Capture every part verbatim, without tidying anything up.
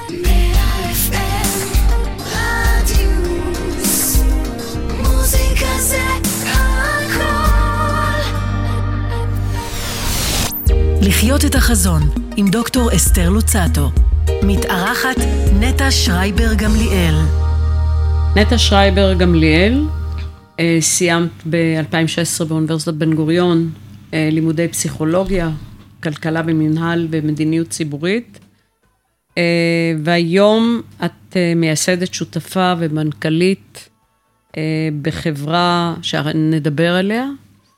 מאה אף אם רדיוס, מוזיקה זה הכל. לחיות את החזון עם דוקטור אסתר לוצאטו. מתארחת נטע שרייבר גמליאל. נטע שרייבר גמליאל, סיימת ב-אלפיים ושש עשרה באוניברסיטת בן גוריון, לימודי פסיכולוגיה, כלכלה ומנהל ומדיניות ציבורית, והיום את מייסדת שותפה ומנכ"לית בחברה שנדבר עליה,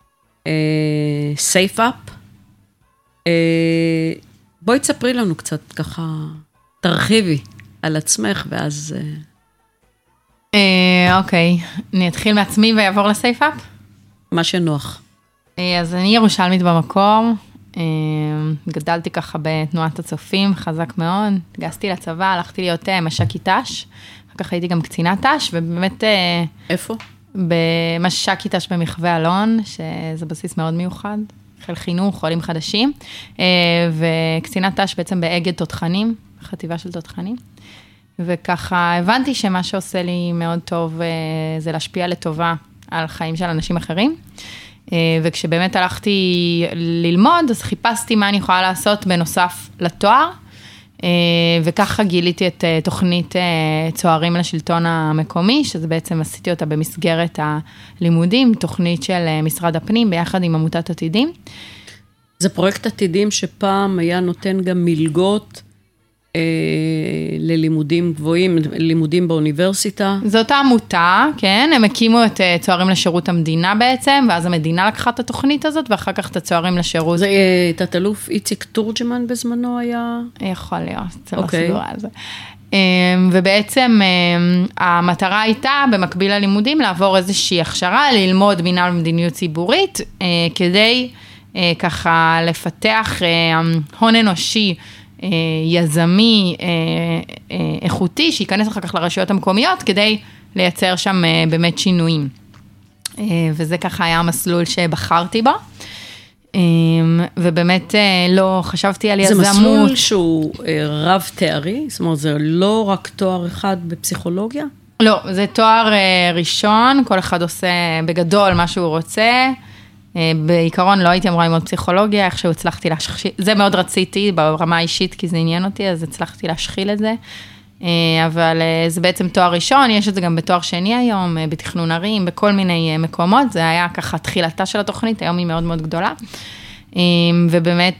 SafeUp. בואי תספרי לנו קצת ככה, תרחיבי על עצמך ואז... אוקיי, אני אתחיל מעצמי ויעבור לסייפאפ? מה שנוח. אז אני ירושלמית במקור, גדלתי ככה בתנועת הצופים, חזק מאוד, גסתי לצבא, הלכתי להיות מש"קית ת"ש, אחר כך הייתי גם קצינת ת"ש, ובאמת... איפה? במש"קית ת"ש במחווה אלון, שזה בסיס מאוד מיוחד, חיל חינוך, עולים חדשים, וקצינת ת"ש בעצם באגד תותחנים, חטיבה של תותחנים. וככה הבנתי שמה שעושה לי מאוד טוב זה להשפיע לטובה על חיים של אנשים אחרים. וכשבאמת הלכתי ללמוד, אז חיפשתי מה אני יכולה לעשות בנוסף לתואר, וככה גיליתי את תוכנית צוערים לשלטון המקומי, שזה בעצם עשיתי אותה במסגרת הלימודים, תוכנית של משרד הפנים ביחד עם עמותת עתידים. זה פרויקט עתידים שפעם היה נותן גם מלגות, ללימודים גבוהים, לימודים באוניברסיטה. זאת העמותה, כן, הם הקימו את צוערים לשירות המדינה בעצם, ואז המדינה לקחה את התוכנית הזאת, ואחר כך את הצוערים לשירות. זה תת-אלוף איציק תורג'מן בזמנו היה? יכול להיות, זה לא סגור על זה. ובעצם המטרה הייתה, במקביל ללימודים, לעבור איזושהי הכשרה, ללמוד מנהל מדיניות ציבורית, כדי ככה לפתח הון אנושי, יזמי, איכותי, שייכנס אחר כך לרשויות המקומיות, כדי לייצר שם באמת שינויים. וזה ככה היה המסלול שבחרתי בו, ובאמת לא חשבתי על יזמות. זה מסלול שהוא רב תארי? זאת אומרת, זה לא רק תואר אחד בפסיכולוגיה? לא, זה תואר ראשון, כל אחד עושה בגדול מה שהוא רוצה, בעיקרון לא הייתי אמורה ללמוד פסיכולוגיה, איך שהוא הצלחתי להשחיל, זה מאוד רציתי ברמה האישית, כי זה עניין אותי, אז הצלחתי להשחיל את זה, אבל זה בעצם תואר ראשון, יש את זה גם בתואר שני היום, בתכנון ערים, בכל מיני מקומות, זה היה ככה תחילתה של התוכנית, היום היא מאוד מאוד גדולה, ובאמת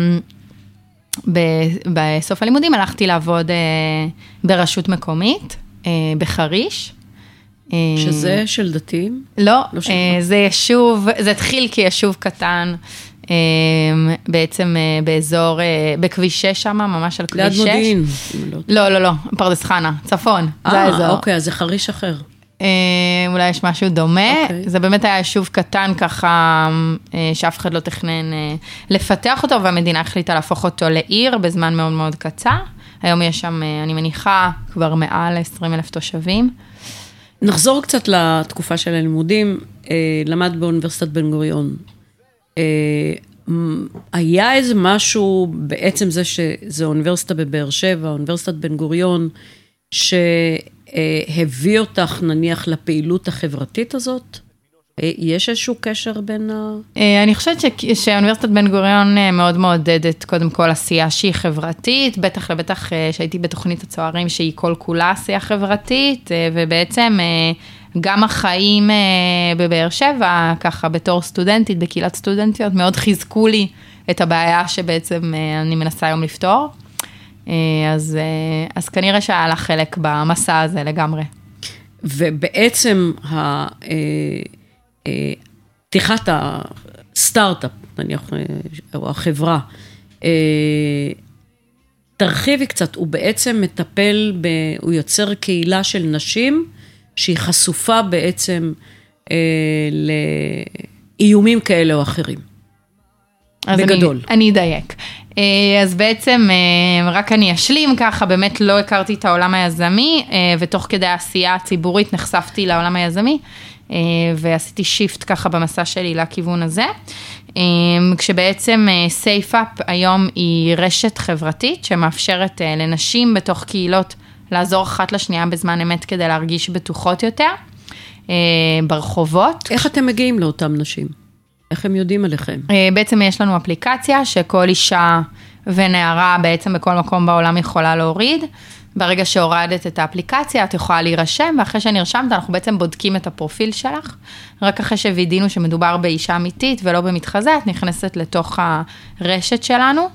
בסוף הלימודים הלכתי לעבוד ברשות מקומית, בחריש, שזה של דתיים? לא, זה ישוב, זה התחיל כיישוב קטן, בעצם באזור, בכביש שש שם, ממש על כביש שש. ליד מודיעין. לא, לא, לא, פרדס חנה, צפון, זה האזור. אה, אוקיי, אז זה חריש אחר. אולי יש משהו דומה, זה באמת היה יישוב קטן ככה, שאף אחד לא תכנן לפתח אותו, והמדינה החליטה להפוך אותו לעיר בזמן מאוד מאוד קצר. היום יש שם, אני מניחה, כבר מעל עשרים אלף תושבים. נחזור קצת לתקופה של הלימודים, למד באוניברסיטת בן גוריון. היה איזה משהו, בעצם זה שזה אוניברסיטה בבאר שבע, אוניברסיטת בן גוריון, שהביא אותך נניח לפעילות החברתית הזאת? יש איזשהו קשר בין ה... אני חושבת שאוניברסיטת בן גוריון מאוד מעודדת קודם כל עשייה שהיא חברתית, בטח לבטח שהייתי בתוכנית הצוערים שהיא כל כולה עשייה חברתית, ובעצם גם החיים בבאר שבע, ככה בתור סטודנטית, בקהילת סטודנטיות, מאוד חיזקו לי את הבעיה שבעצם אני מנסה היום לפתור, אז, אז כנראה שהיה לה חלק במסע הזה לגמרי. ובעצם ה... פתיחת הסטארט-אפ, נניח, או החברה, תרחיבי קצת, הוא בעצם מטפל, ב, הוא יוצר קהילה של נשים, שהיא חשופה בעצם לאיומים כאלה או אחרים. בגדול. אני, אני אדייק. אז בעצם, רק אני אשלים ככה, באמת לא הכרתי את העולם היזמי, ותוך כדי העשייה הציבורית נחשפתי לעולם היזמי, ועשיתי שיפט ככה במסע שלי לכיוון הזה, כשבעצם סייפאפ היום היא רשת חברתית שמאפשרת לנשים בתוך קהילות לעזור אחת לשנייה בזמן אמת כדי להרגיש בטוחות יותר, ברחובות. איך אתם מגיעים לאותם נשים? איך הם יודעים עליכם? בעצם יש לנו אפליקציה שכל אישה ונערה בעצם בכל מקום בעולם יכולה להוריד. ברגע שהורדת את האפליקציה, את יכולה להירשם, ואחרי שנרשמת, אנחנו בעצם בודקים את הפרופיל שלך. רק אחרי שווידינו שמדובר באישה אמיתית ולא במתחזה, את נכנסת לתוך הרשת שלנו.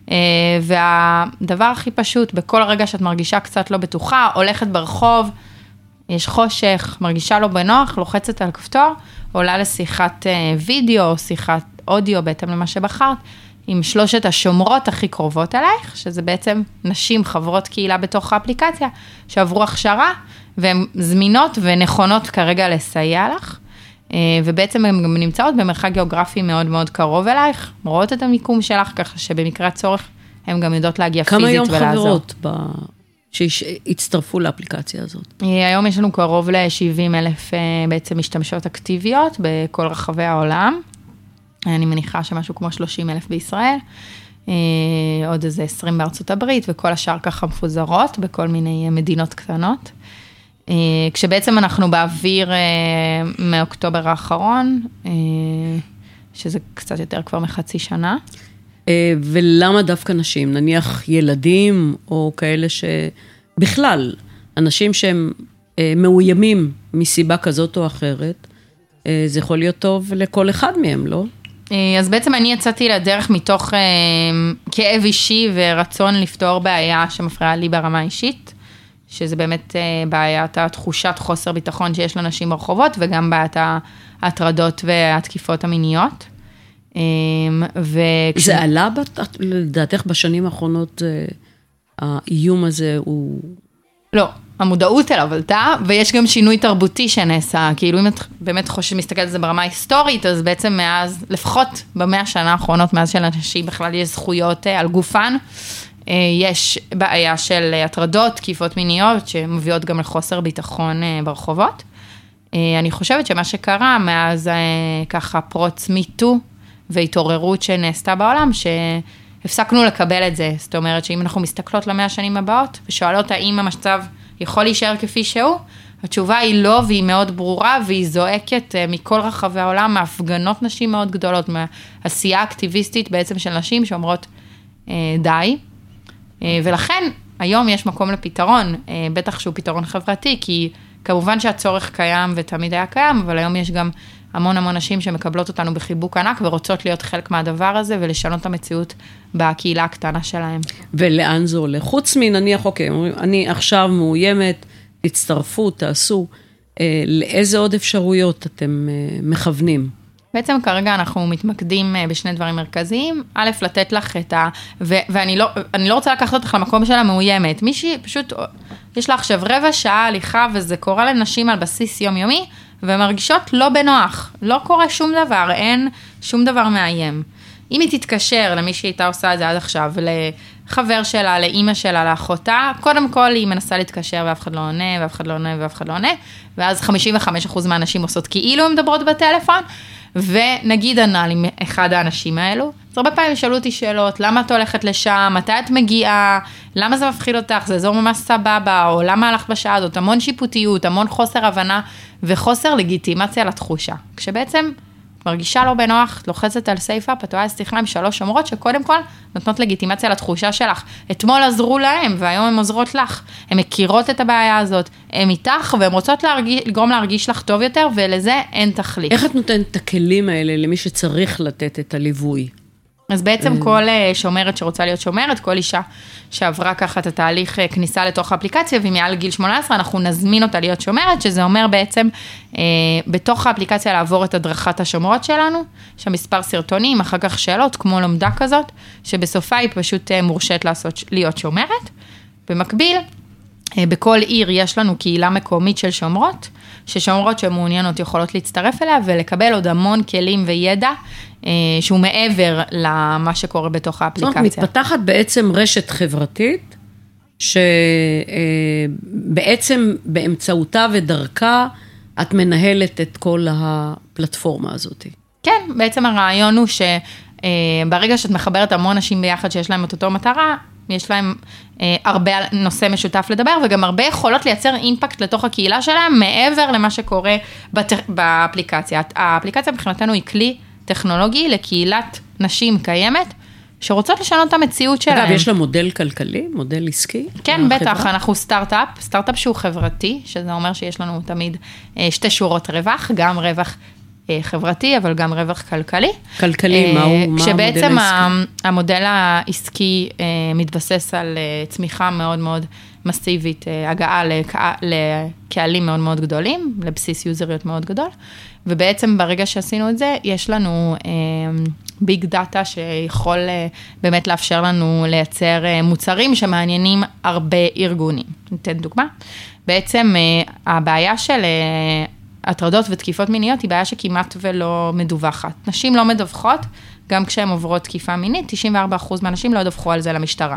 והדבר הכי פשוט, בכל רגע שאת מרגישה קצת לא בטוחה, הולכת ברחוב, יש חושך, מרגישה לא בנוח, לוחצת על כפתור, עולה לשיחת וידאו או שיחת אודיו, בהתאם למה שבחרת, עם שלושת השומרות הכי קרובות אלייך, שזה בעצם נשים חברות קהילה בתוך האפליקציה, שעברו הכשרה, והן זמינות ונכונות כרגע לסייע לך, ובעצם הן גם נמצאות במרחק גיאוגרפי מאוד מאוד קרוב אלייך, רואות את המיקום שלך, ככה שבמקרה צורך, הן גם יודעות להגיע פיזית ולעזור. כמה היום חברות ב... שהצטרפו לאפליקציה הזאת? היום יש לנו קרוב ל-שבעים אלף בעצם משתמשות אקטיביות בכל רחבי העולם. אני מניחה שמשהו כמו שלושים אלף בישראל, עוד איזה עשרים בארצות הברית, וכל השאר ככה מפוזרות בכל מיני מדינות קטנות. כשבעצם אנחנו באוויר מאוקטובר האחרון, שזה קצת יותר כבר מחצי שנה. ולמה דווקא נשים? נניח ילדים או כאלה שבכלל, אנשים שהם מאוימים מסיבה כזאת או אחרת, זה יכול להיות טוב לכל אחד מהם, לא? אז בעצם אני יצאתי לדרך מתוך כאב אישי ורצון לפתור בעיה שמפריעה לי ברמה אישית, שזה באמת בעיית התחושת חוסר ביטחון שיש לאנשים ברחובות, וגם בעיית ההטרדות והתקיפות המיניות. וכש... זה עלה, לדעתך בשנים האחרונות, האיום הזה הוא... לא, המודעות אליו עלתה, ויש גם שינוי תרבותי שנעשה, כאילו אם את באמת חושבת, מסתכלת על זה ברמה היסטורית, אז בעצם מאז, לפחות במאה השנה האחרונות, מאז שלאנשים בכלל יש זכויות על גופן, יש בעיה של הטרדות, תקיפות מיניות, שמביאות גם לחוסר ביטחון ברחובות. אני חושבת שמה שקרה מאז ככה פרוץ מיטו, והתעוררות שנעשתה בעולם, שהפסקנו לקבל את זה. זאת אומרת שאם אנחנו מסתכלות למאה השנים הבאות, ושואלות האם המצב יכול להישאר כפי שהוא, התשובה היא לא, והיא מאוד ברורה, והיא זועקת מכל רחבי העולם, מהפגנות נשים מאוד גדולות, מהעשייה אקטיביסטית בעצם של נשים שאומרות די. ולכן היום יש מקום לפתרון, בטח שהוא פתרון חברתי, כי כמובן שהצורך קיים ותמיד היה קיים, אבל היום יש גם המון המון נשים שמקבלות אותנו בחיבוק ענק, ורוצות להיות חלק מהדבר הזה, ולשנות את המציאות בקהילה הקטנה שלהם. ולאן זה הולך? חוץ מנניח, אוקיי, אני עכשיו מאוימת, תצטרפו, תעשו, אה, לאיזה עוד אפשרויות אתם אה, מכוונים? בעצם כרגע אנחנו מתמקדים בשני דברים מרכזיים, א', לתת לך את ה... ו- ואני לא, אני לא רוצה לקחת אותך למקום של המאוימת, מישהי פשוט, יש לה עכשיו רבע שעה הליכה, וזה קורה לנשים על בסיס יומיומי, ומרגישות לא בנוח, לא קורה שום דבר, אין שום דבר מאיים. אם היא תתקשר למי שהייתה עושה את זה עד עכשיו, לחבר שלה, לאמא שלה, לאחותה, קודם כל היא מנסה להתקשר ואף אחד לא עונה, ואף אחד לא עונה, ואף אחד לא עונה, ואז חמישים וחמישה אחוז מהאנשים עושות כאילו הן מדברות בטלפון, ונגיד ענה לי אחד האנשים האלו, אז הרבה פעמים שאלו אותי שאלות, למה את הולכת לשם, מתי את מגיעה, למה זה מפחיד אותך, זה אזור ממש סבבה, או למה הלכת בשעה הזאת, המון שיפוטיות, המון חוסר הבנה, וחוסר לגיטימציה לתחושה. כשבעצם מרגישה לא בנוח, לוחצת על סייפאפ, את רואה סליחה עם שלוש שומרות, שקודם כל נותנות לגיטימציה לתחושה שלך. אתמול עזרו להם, והיום הן עוזרות לך. הן מכירות את הבעיה הזאת, הן איתך, והן רוצות להרגיש, לגרום להרגיש לך טוב יותר, ולזה אין תחליף. איך את נותנת את הכלים האלה למי שצריך לתת את הליווי? אז בעצם כל שומרת שרוצה להיות שומרת, כל אישה שעברה ככה את התהליך כניסה לתוך האפליקציה, ומעל גיל שמונה עשרה אנחנו נזמין אותה להיות שומרת, שזה אומר בעצם בתוך האפליקציה לעבור את הדרכת השומרות שלנו, שמספר סרטונים, אחר כך שאלות, כמו לומדה כזאת, שבסופה היא פשוט מורשת לעשות, להיות שומרת. במקביל, בכל עיר יש לנו קהילה מקומית של שומרות, ששומרות שמעוניינות יכולות להצטרף אליה, ולקבל עוד המון כלים וידע, שהוא מעבר למה שקורה בתוך האפליקציה. זאת אומרת, מתפתחת בעצם רשת חברתית, שבעצם באמצעותה ודרכה, את מנהלת את כל הפלטפורמה הזאת. כן, בעצם הרעיון הוא שברגע שאת מחברת המון נשים ביחד שיש להם את אותו מטרה, יש להם אה, הרבה נושא משותף לדבר, וגם הרבה יכולות לייצר אימפקט לתוך הקהילה שלהם, מעבר למה שקורה בת, באפליקציה. האפליקציה מבחינתנו היא כלי טכנולוגי לקהילת נשים קיימת, שרוצות לשנות את המציאות שלהם. אגב, יש לה מודל כלכלי, מודל עסקי? כן, בטח, אנחנו סטארט-אפ, סטארט-אפ שהוא חברתי, שזה אומר שיש לנו תמיד אה, שתי שורות רווח, גם רווח חברתי, אבל גם רווח כלכלי. כלכלי, מה הוא המודל העסקי? כשבעצם המודל העסקי מתבסס על צמיחה מאוד מאוד מסיבית, הגעה לקהלים מאוד מאוד גדולים, לבסיס יוזריות מאוד גדול, ובעצם ברגע שעשינו את זה, יש לנו ביג דאטה שיכול באמת לאפשר לנו לייצר מוצרים שמעניינים הרבה ארגונים. ניתן דוגמה. בעצם הבעיה של הטרדות ותקיפות מיניות היא בעיה שכמעט ולא מדווחת. נשים לא מדווחות, גם כשהן עוברות תקיפה מינית, תשעים וארבעה אחוז מהנשים לא ידווחו על זה למשטרה.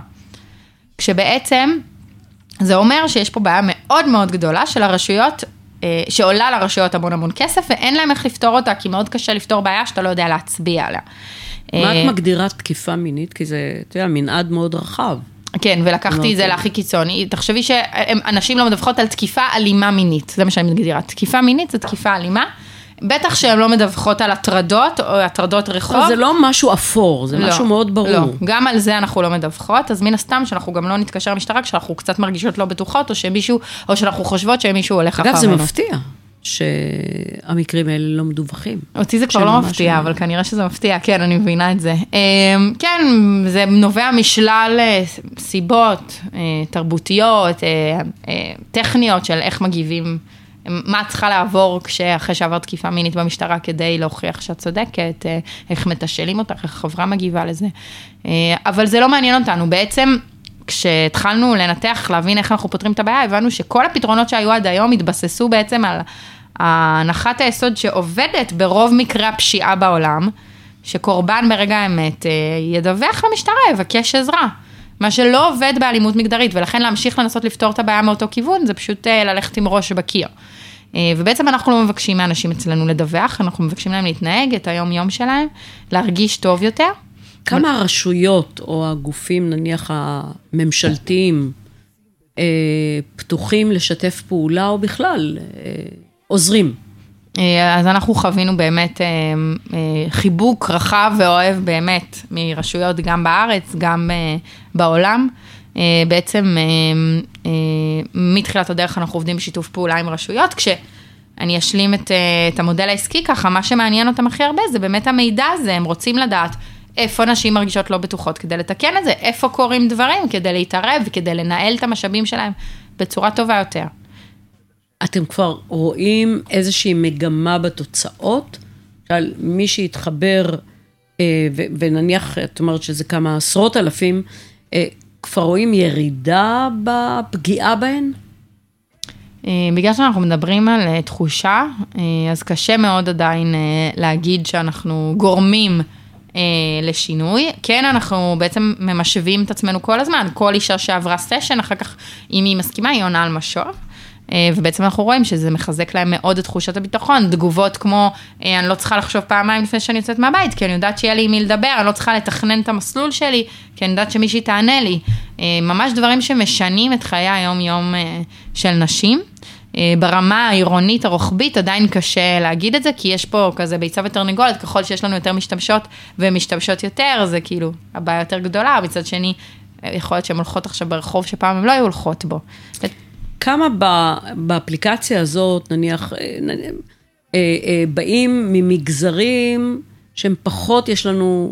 כשבעצם זה אומר שיש פה בעיה מאוד מאוד גדולה של הרשויות, שעולה לרשויות המון המון כסף, ואין להם איך לפתור אותה, כי מאוד קשה לפתור בעיה שאתה לא יודע להצביע עליה. מה את מגדירה תקיפה מינית? כי זה, אתה יודע, מנעד מאוד רחב. כן, ולקחתי את זה להכי קיצוני. תחשבי שאנשים לא מדווחות על תקיפה אלימה מינית, זה מה שאני מגדירה. תקיפה מינית זה תקיפה אלימה, בטח שהן לא מדווחות על הטרדות או הטרדות רחוב. זה לא משהו אפור, זה משהו מאוד ברור. לא, גם על זה אנחנו לא מדווחות, אז מן הסתם שאנחנו גם לא נתקשר למשטרה, כשאנחנו קצת מרגישות לא בטוחות, או שמישהו, או שאנחנו חושבות שמישהו הולך אחרינו. אגב, זה מפתיע שהמקרים האלה לא מדווחים. אותי זה כבר לא מפתיע, אבל כנראה שזה מפתיע, כן, אני מבינה את זה. כן, זה נובע משלל סיבות, תרבותיות, טכניות של איך מגיבים, מה צריכה לעבור כשאחרי שעבר תקיפה מינית במשטרה כדי להוכיח שאת צודקת, איך מתשאלים אותך, איך חברה מגיבה לזה. אבל זה לא מעניין אותנו. בעצם, כשהתחלנו לנתח, להבין איך אנחנו פותרים את הבעיה, הבנו שכל הפתרונות שהיו עד היום התבססו בעצם על הנחת היסוד שעובדת ברוב מקרי הפשיעה בעולם, שקורבן ברגע האמת ידווח למשטרה, יבקש עזרה. מה שלא עובד באלימות מגדרית, ולכן להמשיך לנסות לפתור את הבעיה מאותו כיוון, זה פשוט ללכת עם ראש בקיר. ובעצם אנחנו לא מבקשים מאנשים אצלנו לדווח, אנחנו מבקשים להם להתנהג את היום יום שלהם, להרגיש טוב יותר. כמה הרשויות או הגופים, נניח הממשלתיים, פתוחים לשתף פעולה או בכלל עוזרים? אז אנחנו חווינו באמת חיבוק רחב ואוהב באמת מרשויות גם בארץ, גם בעולם. בעצם מתחילת הדרך אנחנו עובדים בשיתוף פעולה עם רשויות, כשאני אשלים את, את המודל העסקי ככה, מה שמעניין אותם הכי הרבה זה באמת המידע הזה, הם רוצים לדעת איפה נשים מרגישות לא בטוחות כדי לתקן את זה, איפה קורים דברים כדי להתערב וכדי לנהל את המשאבים שלהם בצורה טובה יותר. אתם כבר רואים איזושהי מגמה בתוצאות, שעל מי שהתחבר, ונניח, את אומרת שזה כמה עשרות אלפים, כבר רואים ירידה בפגיעה בהן? בגלל שאנחנו מדברים על תחושה, אז קשה מאוד עדיין להגיד שאנחנו גורמים לשינוי. כן, אנחנו בעצם ממשווים את עצמנו כל הזמן, כל אישה שעברה סשן, אחר כך אם היא מסכימה, היא עונה על משוב. ובעצם אנחנו רואים שזה מחזק להם מאוד את תחושת הביטחון, תגובות כמו, אני לא צריכה לחשוב פעמיים לפני שאני יוצאת מהבית, כי אני יודעת שיהיה לי עם מי לדבר, אני לא צריכה לתכנן את המסלול שלי, כי אני יודעת שמישהי תענה לי. ממש דברים שמשנים את חיי היום-יום של נשים. ברמה העירונית הרוחבית עדיין קשה להגיד את זה, כי יש פה כזה ביצה ותרנגולת, ככל שיש לנו יותר משתמשות ומשתמשות יותר, זה כאילו הבעיה יותר גדולה, מצד שני, יכול להיות שהן הולכות עכשיו ברחוב שפעם הן לא היו הולכות בו. כמה באפליקציה הזאת, נניח, באים ממגזרים שהם פחות, יש לנו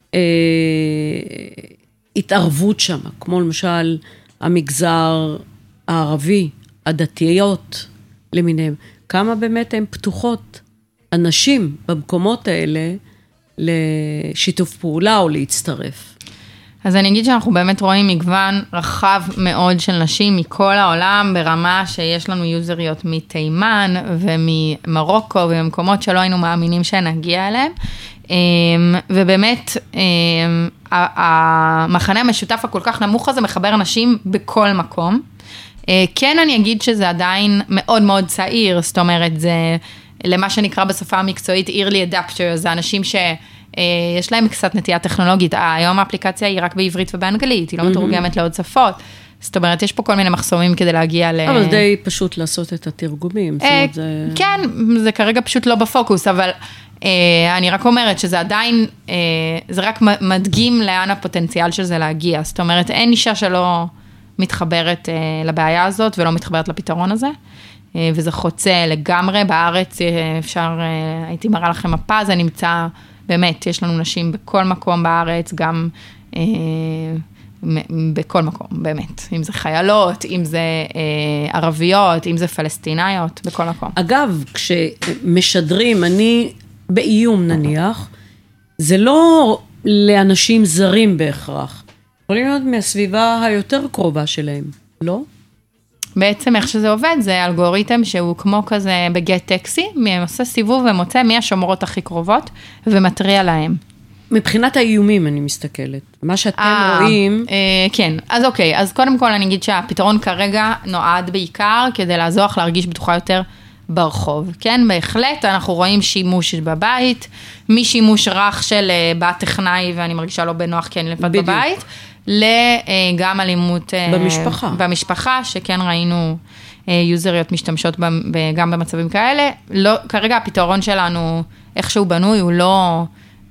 התערבות שם, כמו למשל המגזר הערבי, הדתיות למיניהם, כמה באמת הן פתוחות, אנשים במקומות האלה, לשיתוף פעולה או להצטרף. אז אני אגיד שאנחנו באמת רואים מגוון רחב מאוד של נשים מכל העולם, ברמה שיש לנו יוזריות מתימן וממרוקו וממקומות שלא היינו מאמינים שנגיע אליהם. ובאמת, המחנה המשותף הכל כך נמוך הזה מחבר נשים בכל מקום. כן, אני אגיד שזה עדיין מאוד מאוד צעיר, זאת אומרת, זה למה שנקרא בשפה המקצועית early adapters, זה אנשים שיש להם קצת נטייה טכנולוגית, היום האפליקציה היא רק בעברית ובאנגלית, היא לא מתורגמת לעוד שפות, זאת אומרת, יש פה כל מיני מחסומים כדי להגיע ל... אבל די פשוט לעשות את התרגומים. כן, זה כרגע פשוט לא בפוקוס, אבל אני רק אומרת שזה עדיין, זה רק מדגים לאן הפוטנציאל של זה להגיע, זאת אומרת, אין אישה שלא מתחברת לבעיה הזאת ולא מתחברת לפתרון הזה, וזה חוצה לגמרי, בארץ אפשר, הייתי מראה לכם מפה, זה נמצא, באמת, יש לנו נשים בכל מקום בארץ, גם בכל מקום, באמת, אם זה חיילות, אם זה ערביות, אם זה פלסטינאיות, בכל מקום. אגב, כשמשדרים, אני באיום נניח, זה לא לאנשים זרים בהכרח, יכולים להיות מהסביבה היותר קרובה שלהם, לא? בעצם איך שזה עובד, זה אלגוריתם שהוא כמו כזה בגט טקסי, עושה סיבוב ומוצא מי השומרות הכי קרובות, ומטריע להם. מבחינת האיומים אני מסתכלת. מה שאתם 아, רואים... אה, כן, אז אוקיי, אז קודם כל אני אגיד שהפתרון כרגע נועד בעיקר, כדי לעזור לך להרגיש בטוחה יותר ברחוב. כן, בהחלט אנחנו רואים שימוש בבית, משימוש רך של בת טכנאי, ואני מרגישה לא בנוח כי אני לבד בבית, לגם אלימות במשפחה. במשפחה, שכן ראינו יוזריות משתמשות גם במצבים כאלה. לא, כרגע הפתרון שלנו, איכשהו בנוי, הוא לא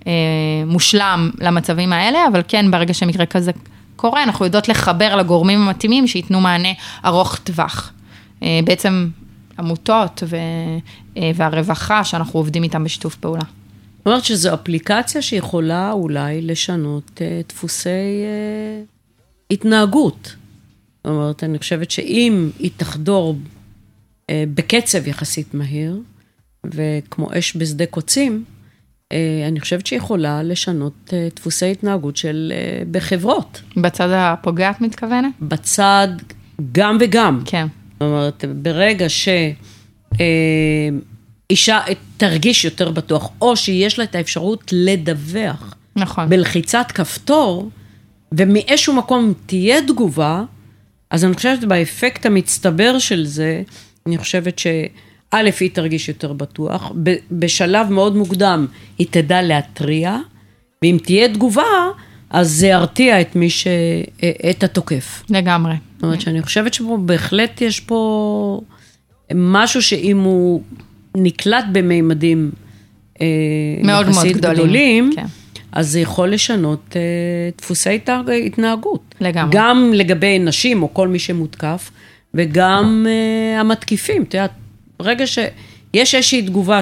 מושלם למצבים האלה, אבל כן, ברגע שמקרה כזה קורה, אנחנו יודעות לחבר לגורמים המתאימים, שיתנו מענה ארוך טווח. בעצם עמותות והרווחה, שאנחנו עובדים איתם בשיתוף פעולה. זאת אומרת שזו אפליקציה שיכולה אולי לשנות uh, דפוסי uh, התנהגות. זאת אומרת, אני חושבת שאם היא תחדור uh, בקצב יחסית מהיר, וכמו אש בשדה קוצים, uh, אני חושבת שיכולה לשנות uh, דפוסי התנהגות של uh, בחברות. בצד הפוגעת מתכוונת? בצד גם וגם. כן. זאת אומרת, ברגע ש... Uh, אישה תרגיש יותר בטוח, או שיש לה את האפשרות לדווח. נכון. בלחיצת כפתור, ומאיזשהו מקום תהיה תגובה, אז אני חושבת באפקט המצטבר של זה, אני חושבת שא' היא תרגיש יותר בטוח, בשלב מאוד מוקדם היא תדע להטריע, ואם תהיה תגובה, אז זה ירתיע את מי ש... את התוקף. לגמרי. זאת אומרת שאני חושבת שפה בהחלט יש פה משהו שאם הוא... נקלט בממדים מאוד מאוד גדולים, גדולים כן. אז זה יכול לשנות דפוסי התנהגות. לגמרי. גם לגבי נשים או כל מי שמותקף, וגם המתקיפים. אתה יודע, ברגע שיש איזושהי תגובה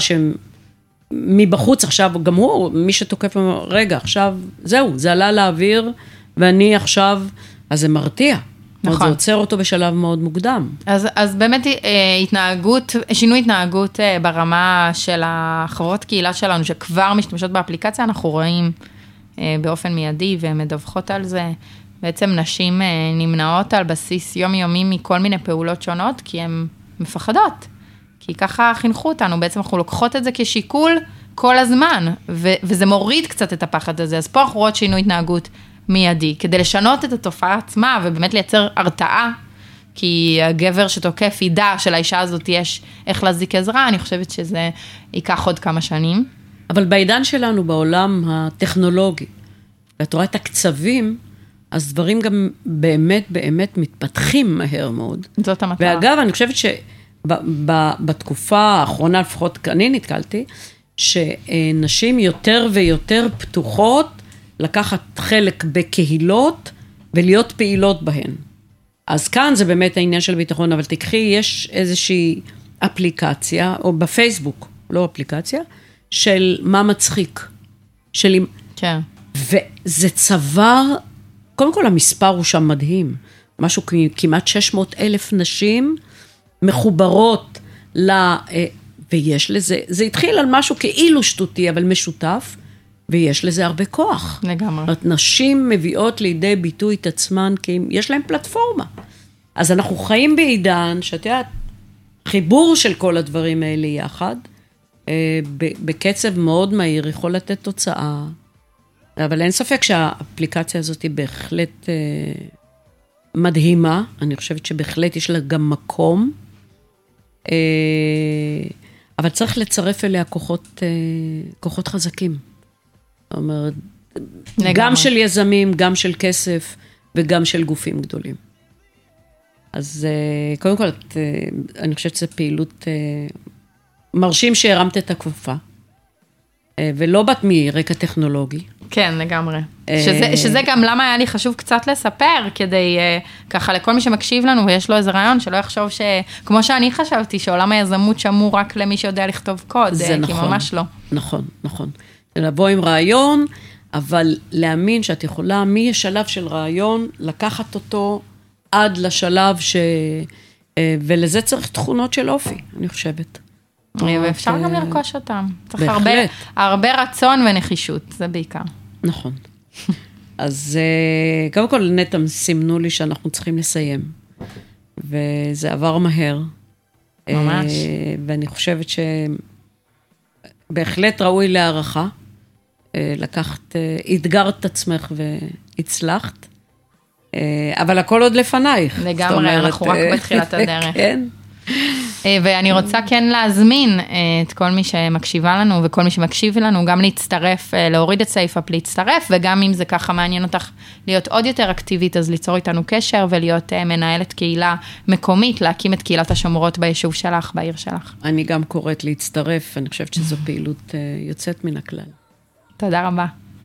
שמבחוץ עכשיו, גם הוא, מי שתוקף, רגע, עכשיו, זהו, זה עלה לאוויר, ואני עכשיו, אז זה מרתיע. נכון. זה עוצר אותו בשלב מאוד מוקדם. אז, אז באמת התנהגות, שינוי התנהגות ברמה של החברות קהילה שלנו, שכבר משתמשות באפליקציה, אנחנו רואים באופן מיידי ומדווחות על זה. בעצם נשים נמנעות על בסיס יומיומי מכל מיני פעולות שונות, כי הן מפחדות. כי ככה חינכו אותנו, בעצם אנחנו לוקחות את זה כשיקול כל הזמן, ו- וזה מוריד קצת את הפחד הזה. אז פה אנחנו רואות שינוי התנהגות מיידי, כדי לשנות את התופעה עצמה, ובאמת לייצר הרתעה, כי הגבר שתוקף ידע שלאישה הזאת יש איך להזיק עזרה, אני חושבת שזה ייקח עוד כמה שנים. אבל בעידן שלנו, בעולם הטכנולוגי, ואת רואה את הקצבים, אז דברים גם באמת באמת מתפתחים מהר מאוד. זאת המטרה. ואגב, אני חושבת שבתקופה האחרונה, לפחות אני נתקלתי, שנשים יותר ויותר פתוחות, לקחת חלק בקהילות, ולהיות פעילות בהן. אז כאן זה באמת העניין של ביטחון, אבל תקחי, יש איזושהי אפליקציה, או בפייסבוק, לא אפליקציה, של מה מצחיק. של... כן. וזה צבר, קודם כל המספר הוא שם מדהים, משהו כמעט שש מאות אלף נשים מחוברות ל... ויש לזה, זה התחיל על משהו כאילו שטותי, אבל משותף, ויש לזה הרבה כוח. לגמרי. זאת אומרת, נשים מביאות לידי ביטוי את עצמן, כי יש להם פלטפורמה. אז אנחנו חיים בעידן, שאת יודעת, חיבור של כל הדברים האלה יחד, בקצב מאוד מהיר, יכול לתת תוצאה, אבל אין ספק שהאפליקציה הזאת היא בהחלט מדהימה, אני חושבת שבהחלט יש לה גם מקום, אבל צריך לצרף אליה כוחות, כוחות חזקים. זאת אומרת, לגמרי. גם של יזמים, גם של כסף, וגם של גופים גדולים. אז קודם כל, אני חושבת שזו פעילות מרשים שהרמת את הכפפה, ולא בת מרקע טכנולוגי. כן, לגמרי. שזה, שזה גם למה היה לי חשוב קצת לספר, כדי ככה לכל מי שמקשיב לנו ויש לו איזה רעיון, שלא יחשוב ש... כמו שאני חשבתי, שעולם היזמות שמור רק למי שיודע לכתוב קוד, זה כי נכון, ממש לא. נכון, נכון. לבוא עם רעיון, אבל להאמין שאת יכולה משלב של רעיון, לקחת אותו עד לשלב ש... ולזה צריך תכונות של אופי, אני חושבת. ואפשר גם לרכוש אותם. צריך הרבה, הרבה רצון ונחישות, זה בעיקר. נכון. אז קודם כל נטע סימנו לי שאנחנו צריכים לסיים. וזה עבר מהר. ממש. ואני חושבת שבהחלט ראוי להערכה. לקחת, התגרת את עצמך והצלחת. אבל הכל עוד לפנייך. לגמרי, אנחנו רק בתחילת הדרך. כן. ואני רוצה כן להזמין את כל מי שמקשיבה לנו וכל מי שמקשיב לנו, גם להצטרף, להוריד את סייפאפ, להצטרף, וגם אם זה ככה מעניין אותך להיות עוד יותר אקטיבית, אז ליצור איתנו קשר ולהיות מנהלת קהילה מקומית, להקים את קהילת השומרות ביישוב שלך, בעיר שלך. אני גם קוראת להצטרף, אני חושבת שזו פעילות יוצאת מן הכלל. תודה רבה.